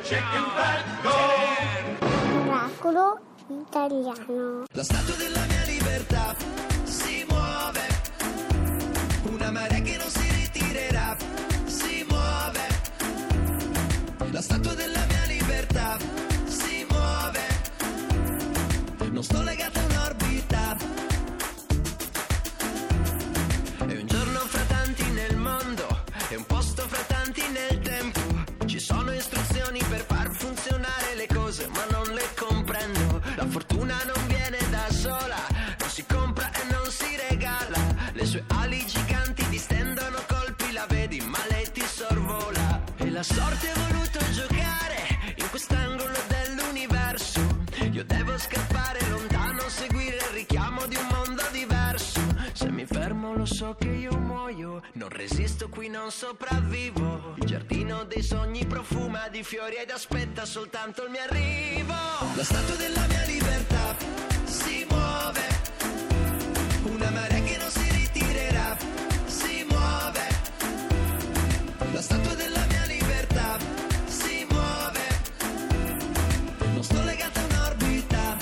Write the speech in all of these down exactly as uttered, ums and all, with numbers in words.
chicken fat, go! Oracolo italiano. La statua della mia libertà si muove, una marea che non si ritirerà, si muove. La statua della mia libertà si muove, non sto legato a un'orbita. È un giorno fra tanti nel mondo, è un posto fra tanti nel tempo. Ci sono istruzioni per far funzionare le cose, ma non le comprendo. La fortuna non viene da sola, non si compra e non si regala. Le sue ali giganti distendono colpi, la vedi, ma lei ti sorvola. E la sorte ha voluto giocare in quest'angolo dell'universo. Io devo scappare lontano, seguire il richiamo di un mondo diverso. Se mi fermo lo so che io muoio, non resisto qui, non sopravvivo. Il giardino dei sogni profuma di fiori ed aspetta soltanto il mio arrivo. La statua della mia libertà si muove, una marea che non si ritirerà, si muove. La statua della mia libertà si muove, non sto legato a un'orbita.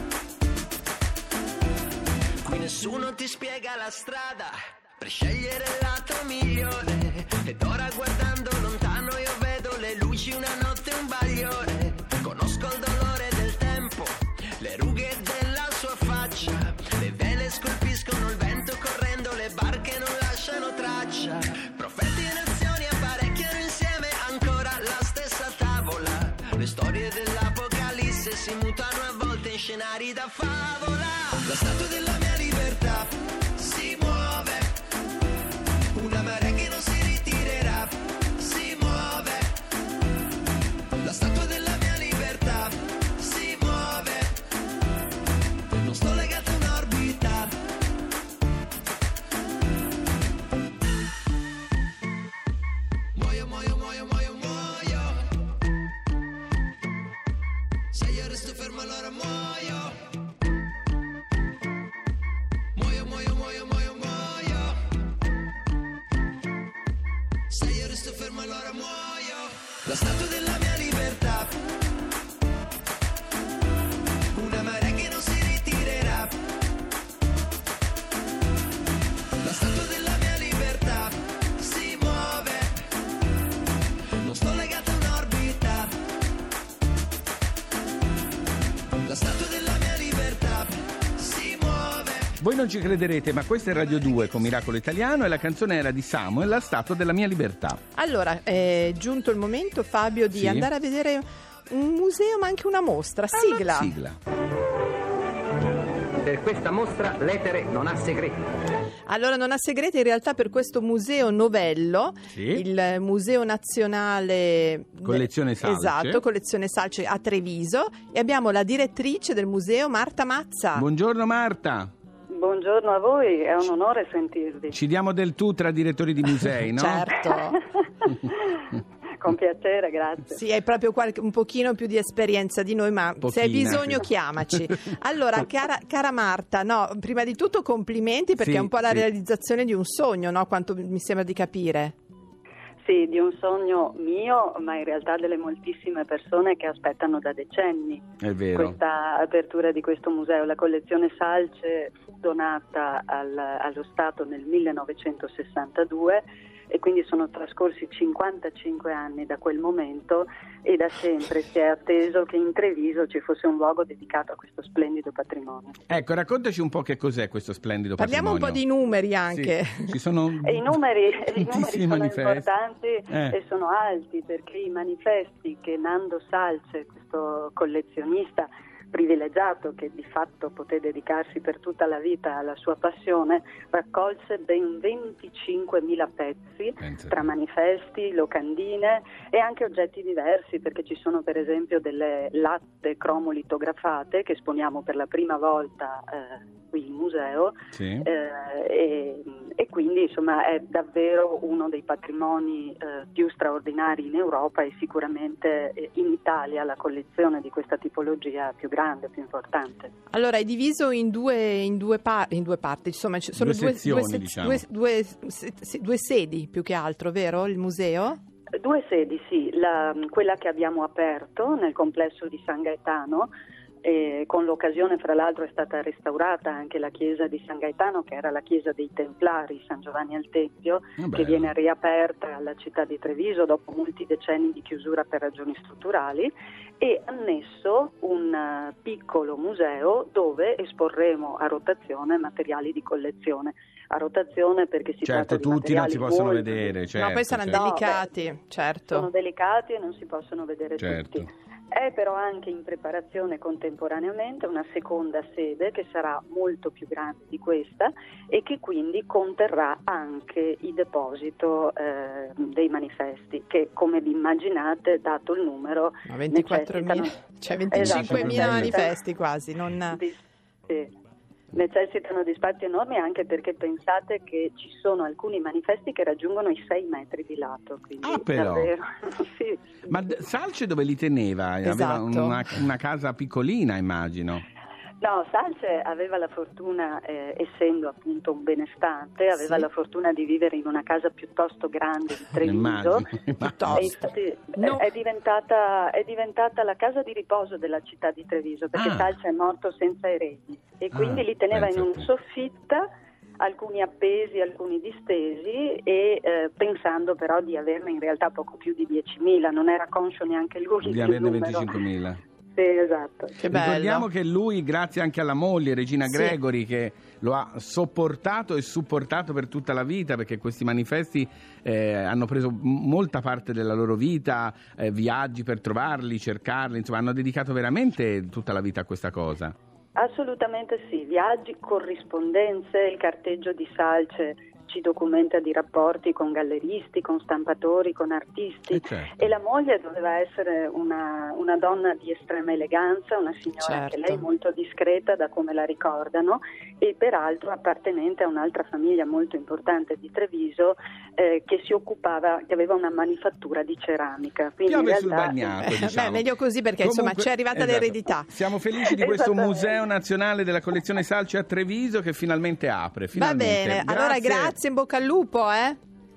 Qui nessuno ti spiega la strada per scegliere il lato migliore. Ed ora guardando lontano io vedo le luci, una notte, un bagliore. Conosco il dolore del tempo, le rughe della sua faccia. Le vele scolpiscono il vento correndo, le barche non lasciano traccia. Profeti e nazioni apparecchiano insieme ancora la stessa tavola. Le storie dell'Apocalisse si mutano a volte in scenari da favola. La statua della mia libertà si muove, una marea che non si ritirerà, si muove. La statua della mia libertà si muove, non sto legato a un'orbita. Muoio, muoio, muoio, muoio, muoio. Se io resto fermo allora muoio. Muoio, muoio, muoio, muoio, muoio. Se io resto fermo allora muoio. La statua della mia libertà, una marea che non si ritirerà. La statua della mia libertà si muove, non sto legato a un'orbita. La statua della mia libertà si muove. Voi non ci crederete, ma questa è Radio due con Miracolo Italiano e la canzone era di Samuel, La statua della mia libertà. Allora, è giunto il momento, Fabio, di Sì. andare a vedere un museo ma anche una mostra. Sigla. Allora, sigla. Per questa mostra l'etere non ha segreti. Allora, non ha segreti in realtà per questo museo novello, Sì. il Museo Nazionale Collezione Salce. Esatto, Collezione Salce a Treviso, e abbiamo la direttrice del museo, Marta Mazza. Buongiorno Marta. Buongiorno a voi, è un onore sentirvi. Ci diamo del tu tra direttori di musei, no? Certo. Con piacere, grazie. Sì, hai proprio qualche, un pochino più di esperienza di noi, ma Pochina, se hai bisogno sì. chiamaci. Allora, cara, cara Marta, no, prima di tutto complimenti, perché Sì, è un po' la sì. realizzazione di un sogno, no? Quanto mi sembra di capire. Sì, di un sogno mio, ma in realtà delle moltissime persone che aspettano da decenni È vero. questa apertura di questo museo. La collezione Salce fu donata al, allo Stato nel millenovecentosessantadue e quindi sono trascorsi cinquantacinque anni da quel momento e da sempre si è atteso che in Treviso ci fosse un luogo dedicato a questo splendido patrimonio. Ecco, raccontaci un po' che cos'è questo splendido Parliamo un po' di patrimonio. numeri anche. Sì, ci sono E i numeri, i numeri tantissimi sono manifesti. importanti Eh. e sono alti, perché i manifesti che Nando Salce, questo collezionista privilegiato che di fatto poté dedicarsi per tutta la vita alla sua passione, raccolse ben venticinquemila pezzi Pensa. tra manifesti, locandine e anche oggetti diversi, perché ci sono per esempio delle latte cromolitografate che esponiamo per la prima volta eh, qui in museo. Sì. Eh, e, e quindi insomma è davvero uno dei patrimoni eh, più straordinari in Europa e sicuramente eh, in Italia la collezione di questa tipologia più grande, più importante. Allora, è diviso in due, in due, par- in due parti, insomma ci sono Due due, sezioni, due, se- diciamo. due, due, se- se- due sedi più che altro, vero? Il museo? Due sedi, sì, la, quella che abbiamo aperto nel complesso di San Gaetano, e con l'occasione fra l'altro è stata restaurata anche la chiesa di San Gaetano, che era la chiesa dei Templari, San Giovanni al Tempio, Oh, che viene riaperta alla città di Treviso dopo molti decenni di chiusura per ragioni strutturali, e annesso un uh, piccolo museo dove esporremo a rotazione materiali di collezione. A rotazione perché si certo, tratta di tutti non si possono molto... vedere, certo, no, poi saranno certo. delicati, No, beh, certo. Sono delicati e non si possono vedere Certo. tutti. È però anche in preparazione contemporaneamente una seconda sede che sarà molto più grande di questa e che quindi conterrà anche il deposito eh, dei manifesti che, come vi immaginate, dato il numero, Ma ventiquattromila, necessitano... cioè venticinquemila Esatto, manifesti quasi, non... Di... Sì. Necessitano di spazi enormi, anche perché pensate che ci sono alcuni manifesti che raggiungono i sei metri di lato. Quindi Ah, però. davvero, sì. Ma d- Salce dove li teneva? Esatto. Aveva una, una casa piccolina, immagino. No, Salce aveva la fortuna, eh, essendo appunto un benestante, aveva Sì. la fortuna di vivere in una casa piuttosto grande di Treviso. Immagino, E Piuttosto. infatti No. è, diventata, è diventata la casa di riposo della città di Treviso, perché Ah. Salce è morto senza eredi e quindi Ah, li teneva in pensa a un te. soffitta, alcuni appesi, alcuni distesi, e eh, pensando però di averne in realtà poco più di diecimila, non era conscio neanche lui Di del averne numero. venticinquemila. Sì, esatto. Che bello. Ricordiamo che lui, grazie anche alla moglie Regina Sì. Gregori, che lo ha sopportato e supportato per tutta la vita, perché questi manifesti eh, hanno preso m- molta parte della loro vita, eh, viaggi per trovarli, cercarli, insomma hanno dedicato veramente tutta la vita a questa cosa. Assolutamente sì, viaggi, corrispondenze, il carteggio di Salce ci documenta di rapporti con galleristi, con stampatori, con artisti, Eh, certo. e la moglie doveva essere una, una donna di estrema eleganza, una signora Certo. anche lei molto discreta da come la ricordano, e peraltro appartenente a un'altra famiglia molto importante di Treviso eh, che si occupava, che aveva una manifattura di ceramica. Quindi in Piove sul realtà- bagnato, Eh, diciamo. beh, meglio così, perché insomma Comunque, ci è arrivata esatto. l'eredità. Siamo felici di questo Esattamente. Museo Nazionale della Collezione Salce a Treviso che finalmente apre. Va Finalmente. bene, allora grazie, in bocca al lupo, eh.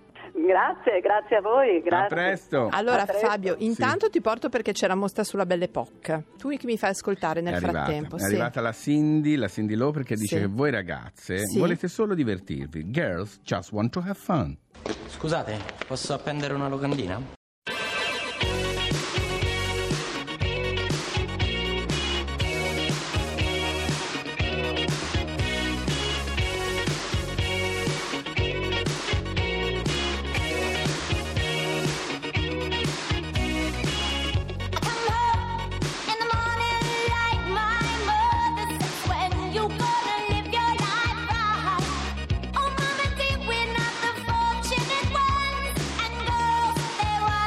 Grazie, grazie a voi. Grazie. A presto. Allora A presto. Fabio, intanto ti porto perché c'è la mostra sulla Belle Époque. Tu che mi fai ascoltare nel è arrivata, frattempo? è Sì. arrivata la Cindy, la Cindy Loper, che dice Sì. che voi ragazze Sì. volete solo divertirvi. Girls just want to have fun. Scusate, posso appendere una locandina? We're not the fortunate ones, and girls, they want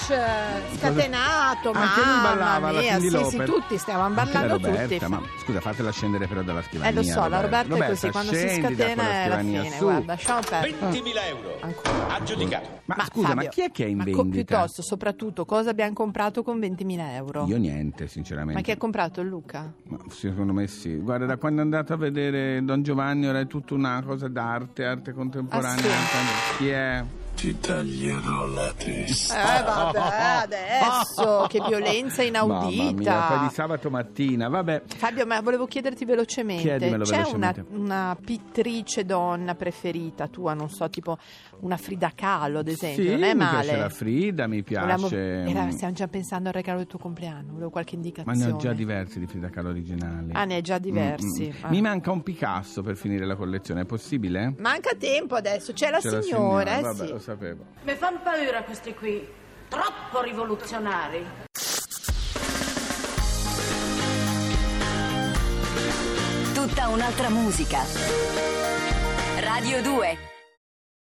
scatenato, Anche lui mamma ballava alla mia, Cyndi sì, sì, Lauper. tutti stavamo Anche la ballando Roberta, tutti. ma scusa, fatela scendere però dalla scrivania. Eh lo so, la Roberta è così, quando si scendi da scatena quella è la scrivania, fine, su. guarda, lasciamo perdere. ventimila euro. Ancora. Aggiudicato. Ma, Ma scusa, Fabio, ma chi è che è in ma co- vendita? piuttosto, soprattutto, cosa abbiamo comprato con ventimila euro? Io niente, sinceramente. Ma chi ha comprato il Luca? Ma secondo me sì. Guarda, da quando è andato a vedere Don Giovanni ora è tutta una cosa d'arte, arte contemporanea. Ah, Chi è? Ti taglierò la testa. Eh vabbè, adesso, che violenza Mamma mia, inaudita. poi di sabato mattina, vabbè. Fabio, ma volevo chiederti velocemente, Chiedimelo c'è velocemente. Una, una pittrice donna preferita tua, non so, tipo una Frida Kahlo ad esempio, Sì, non è mi male? piace la Frida, mi Volevamo- piace. era- stiamo già pensando al regalo del tuo compleanno, volevo qualche Ma indicazione. ne ho già diversi di Frida Kahlo originali. Ah, ne hai già diversi. Mm, mm. Ah. Mi manca un Picasso per finire la collezione, è possibile? Manca tempo adesso, c'è la C'è signora, eh vabbè, sì. lo sapevo. Mi fanno paura questi qui, troppo rivoluzionari. Tutta un'altra musica. Radio due.